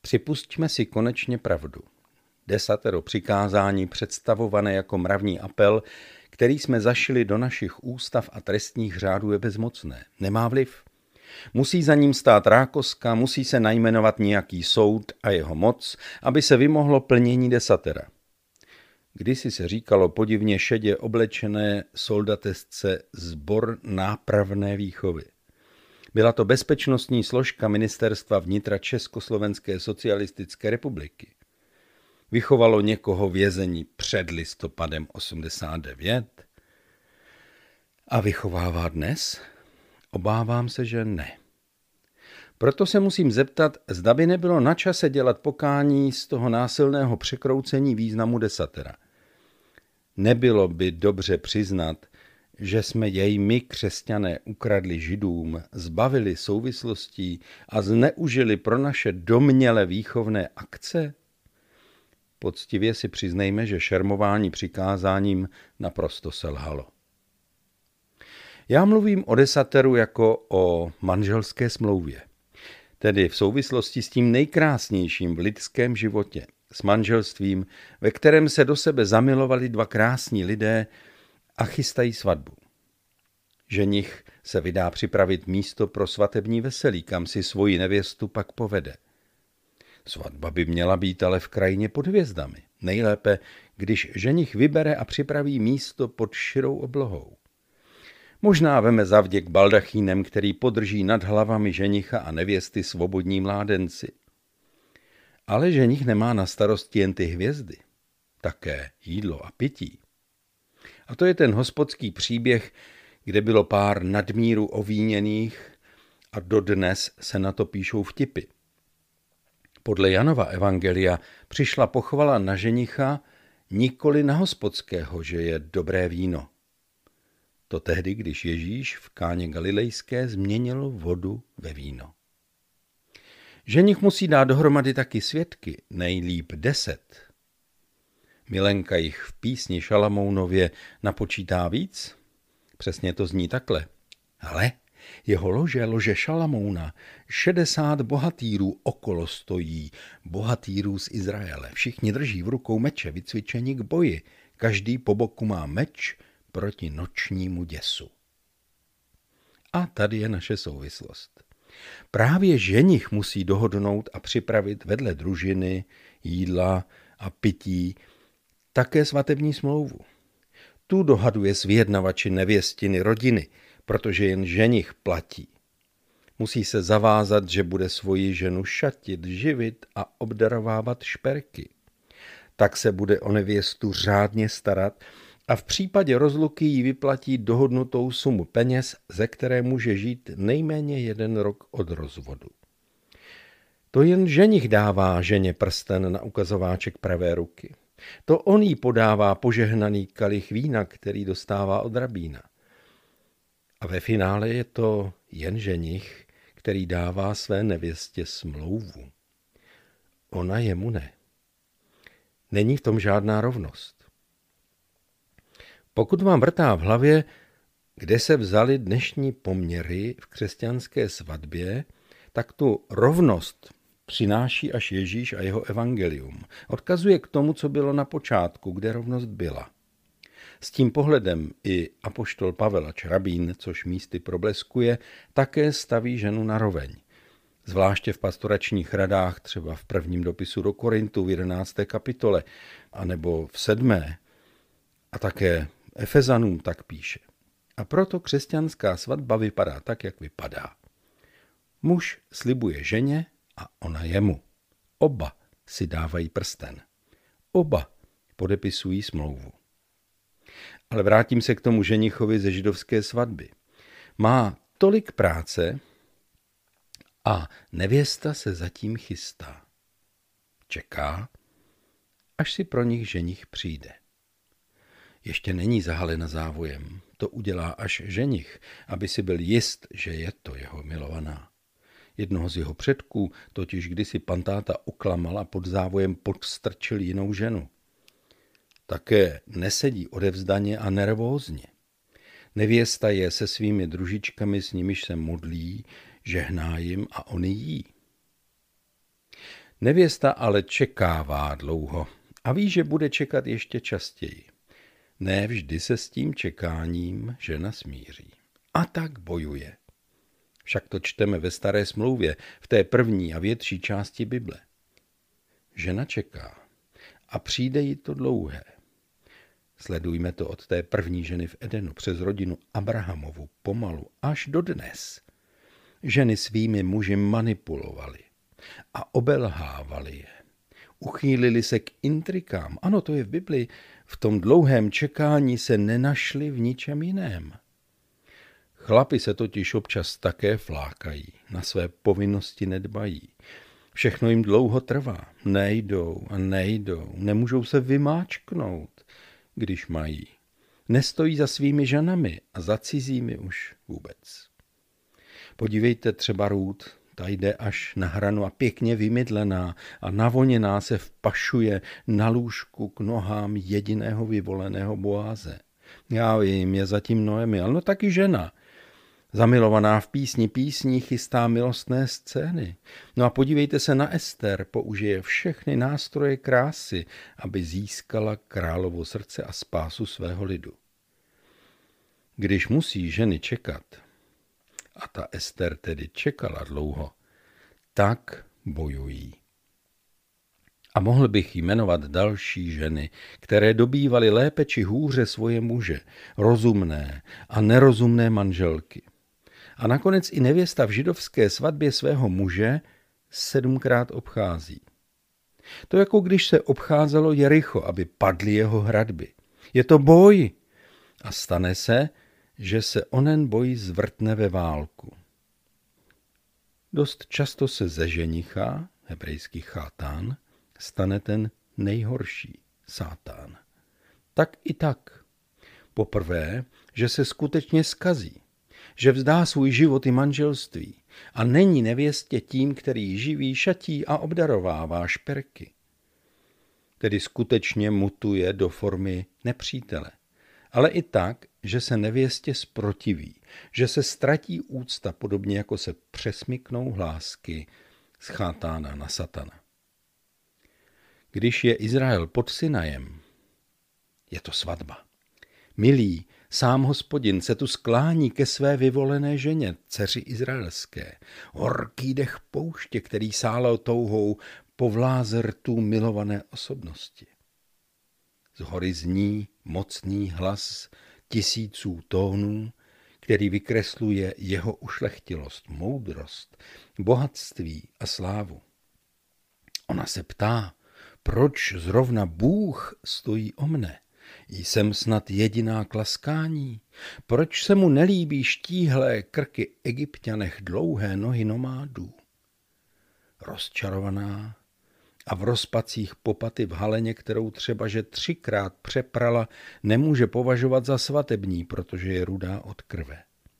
Připusťme si konečně pravdu. 10 přikázání představované jako mravní apel, který jsme zašili do našich ústav a trestních řádů, je bezmocné. Nemá vliv. Musí za ním stát rákoska, musí se najmenovat nějaký soud a jeho moc, aby se vymohlo plnění 10. Kdysi se říkalo podivně šedě oblečené soldatesce Sbor nápravné výchovy. Byla to bezpečnostní složka Ministerstva vnitra Československé socialistické republiky. Vychovalo někoho vězení před listopadem 89? A vychovává dnes? Obávám se, že ne. Proto se musím zeptat, zda by nebylo na čase dělat pokání z toho násilného překroucení významu 10. Nebylo by dobře přiznat, že jsme jej my, křesťané, ukradli Židům, zbavili souvislostí a zneužili pro naše domnělé výchovné akce? Poctivě si přiznejme, že šermování přikázáním naprosto selhalo. Já mluvím o 10 jako o manželské smlouvě, tedy v souvislosti s tím nejkrásnějším v lidském životě, s manželstvím, ve kterém se do sebe zamilovali dva krásní lidé a chystají svatbu. Ženich se vydá připravit místo pro svatební veselí, kam si svoji nevěstu pak povede. Svatba by měla být ale v krajině pod hvězdami. Nejlépe, když ženich vybere a připraví místo pod širou oblohou. Možná veme zavděk baldachínem, který podrží nad hlavami ženicha a nevěsty svobodní mládenci. Ale ženich nemá na starosti jen ty hvězdy, také jídlo a pití. A to je ten hospodský příběh, kde bylo pár nadmíru ovíněných a dodnes se na to píšou vtipy. Podle Janova evangelia přišla pochvala na ženicha, nikoli na hospodského, že je dobré víno. To tehdy, když Ježíš v Káně Galilejské změnil vodu ve víno. Ženich musí dát dohromady taky svědky, nejlíp 10. Milenka jich v písni Šalamounově napočítá víc? Přesně to zní takhle. Ale jeho lože Šalamouna, 60 bohatýrů okolo stojí, bohatýrů z Izraele. Všichni drží v rukou meče, vycvičení k boji. Každý po boku má meč proti nočnímu děsu. A tady je naše souvislost. Právě ženich musí dohodnout a připravit vedle družiny, jídla a pití také svatební smlouvu. Tu dohaduje s vyjednavači nevěstiny rodiny, protože jen ženich platí. Musí se zavázat, že bude svoji ženu šatit, živit a obdarovávat šperky. Tak se bude o nevěstu řádně starat a v případě rozluky jí vyplatí dohodnutou sumu peněz, ze které může žít nejméně 1 rok od rozvodu. To jen ženich dává ženě prsten na ukazováček pravé ruky. To on jí podává požehnaný kalich vína, který dostává od rabína. A ve finále je to jen ženich, který dává své nevěstě smlouvu. Ona jemu ne. Není v tom žádná rovnost. Pokud vám vrtá v hlavě, kde se vzaly dnešní poměry v křesťanské svatbě, tak tu rovnost přináší až Ježíš a jeho evangelium. Odkazuje k tomu, co bylo na počátku, kde rovnost byla. S tím pohledem i apoštol Pavel ač rabín, což místy probleskuje, také staví ženu na roveň. Zvláště v pastoračních radách, třeba v 1. dopisu do Korintu v 11. kapitole, anebo v 7. a také Efezanům tak píše. A proto křesťanská svatba vypadá tak, jak vypadá. Muž slibuje ženě a ona jemu. Oba si dávají prsten. Oba podepisují smlouvu. Ale vrátím se k tomu ženichovi ze židovské svatby. Má tolik práce a nevěsta se zatím chystá. Čeká, až si pro nich ženich přijde. Ještě není zahalena závojem. To udělá až ženich, aby si byl jist, že je to jeho milovaná. Jednoho z jeho předků totiž kdysi pan táta oklamal a pod závojem podstrčil jinou ženu. Také nesedí odevzdaně a nervózně. Nevěsta je se svými družičkami, s nimiž se modlí, žehná jim a oni jí. Nevěsta ale čekává dlouho a ví, že bude čekat ještě častěji. Ne vždy se s tím čekáním žena smíří. A tak bojuje. Však to čteme ve Staré smlouvě, v té první a větší části Bible. Žena čeká a přijde jí to dlouhé. Sledujme to od té první ženy v Edenu přes rodinu Abrahamovu pomalu až do dnes. Ženy svými muži manipulovaly a obelhávaly je. Uchýlili se k intrikám. Ano, to je v Bibli. V tom dlouhém čekání se nenašli v ničem jiném. Chlapi se totiž občas také flákají, na své povinnosti nedbají. Všechno jim dlouho trvá. Nejdou a nejdou, nemůžou se vymáčknout, když mají. Nestojí za svými ženami a za cizími už vůbec. Podívejte třeba Rút, ta jde až na hranu a pěkně vymydlená a navoněná se vpašuje na lůžku k nohám jediného vyvoleného Boáze. Já vím, je zatím Noemi, ale no taky žena. Zamilovaná v písní chystá milostné scény. No a podívejte se na Ester, použije všechny nástroje krásy, aby získala královo srdce a spásu svého lidu. Když musí ženy čekat, a ta Ester tedy čekala dlouho, tak bojují. A mohl bych jmenovat další ženy, které dobývaly lépe či hůře svoje muže, rozumné a nerozumné manželky. A nakonec i nevěsta v židovské svatbě svého muže 7krát obchází. To jako když se obcházelo Jericho, aby padly jeho hradby. Je to boj a stane se, že se onen boj zvrtne ve válku. Dost často se ze ženicha, hebrejský chátán, stane ten nejhorší, Sátán. Tak i tak. Poprvé, že se skutečně zkazí, že vzdá svůj život i manželství a není nevěstě tím, který živí, šatí a obdarovává šperky. Tedy skutečně mutuje do formy nepřítele. Ale i tak, že se nevěstě zprotiví, že se ztratí úcta, podobně jako se přesmyknou hlásky z chátána na satana. Když je Izrael pod Sinajem, je to svatba. Milý, sám Hospodin se tu sklání ke své vyvolené ženě, dceři izraelské. Horký dech pouště, který sálal touhou po vláze rtů milované osobnosti. Z hory zní mocný hlas tisíců tónů, který vykresluje jeho ušlechtilost, moudrost, bohatství a slávu. Ona se ptá, proč zrovna Bůh stojí o mne? Jsem snad jediná k laskání? Proč se mu nelíbí štíhlé krky Egypťanech, dlouhé nohy nomádů? Rozčarovaná a v rozpacích popaty v haleně, kterou třeba že 3krát přeprala, nemůže považovat za svatební, protože je rudá od krve.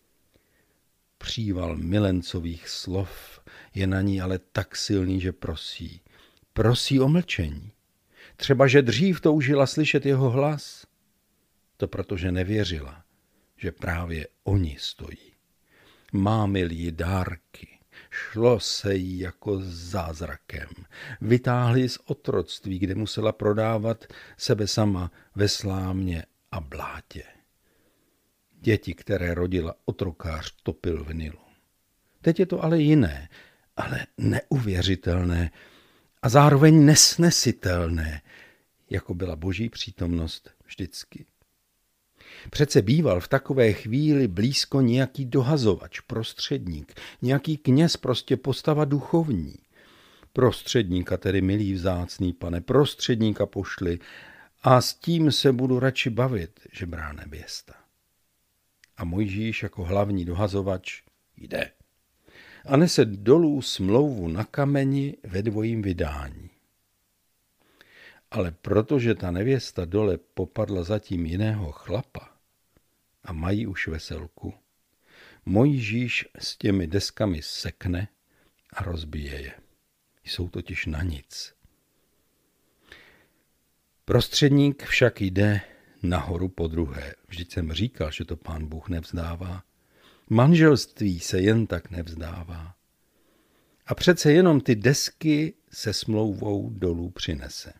Příval milencových slov je na ní ale tak silný, že prosí o mlčení. Třeba, že dřív toužila slyšet jeho hlas. To protože nevěřila, že právě oni stojí. Mámili dárky, šlo se jí jako zázrakem. Vytáhli z otroctví, kde musela prodávat sebe sama ve slámě a blátě. Děti, které rodila otrokář, topil v Nilu. Teď je to ale jiné, ale neuvěřitelné a zároveň nesnesitelné, jako byla Boží přítomnost vždycky. Přece býval v takové chvíli blízko nějaký dohazovač, prostředník, nějaký kněz, prostě postava duchovní. Prostředníka tedy, milý vzácný pane, prostředníka pošli a s tím se budu radši bavit, žebrá nevěsta. A Mojžíš jako hlavní dohazovač jde a nese dolů smlouvu na kameni ve dvojím vydání. Ale protože ta nevěsta dole popadla zatím jiného chlapa a mají už veselku, Mojžíš s těmi deskami sekne a rozbije je. Jsou totiž na nic. Prostředník však jde nahoru podruhé. Vždyť jsem říkal, že to Pán Bůh nevzdává. Manželství se jen tak nevzdává. A přece jenom ty desky se smlouvou dolů přinese.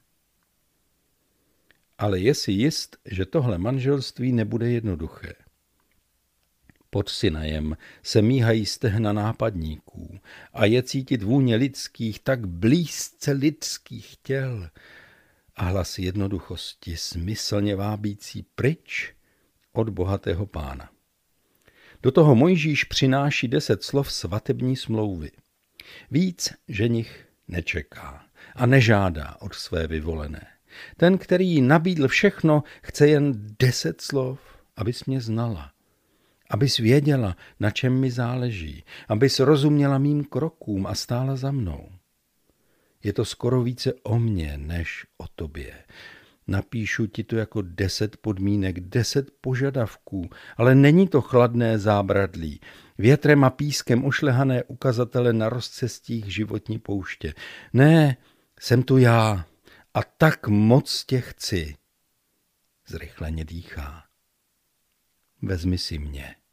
Ale je si jist, že tohle manželství nebude jednoduché. Pod Sinajem se míhají stehna nápadníků a je cítit vůně lidských, tak blízce lidských těl a hlas jednoduchosti smyslně vábící pryč od bohatého pána. Do toho Mojžíš přináší 10 slov svatební smlouvy. Víc ženich nečeká a nežádá od své vyvolené. Ten, který jí nabídl všechno, chce jen 10 slov, abys mě znala. Abys věděla, na čem mi záleží, abys rozuměla mým krokům a stála za mnou. Je to skoro více o mně, než o tobě. Napíšu ti to jako 10 podmínek, 10 požadavků, ale není to chladné zábradlí, větrem a pískem ošlehané ukazatele na rozcestích životní pouště. Ne, jsem tu já a tak moc tě chci. Zrychleně dýchá. Vezmi si mě.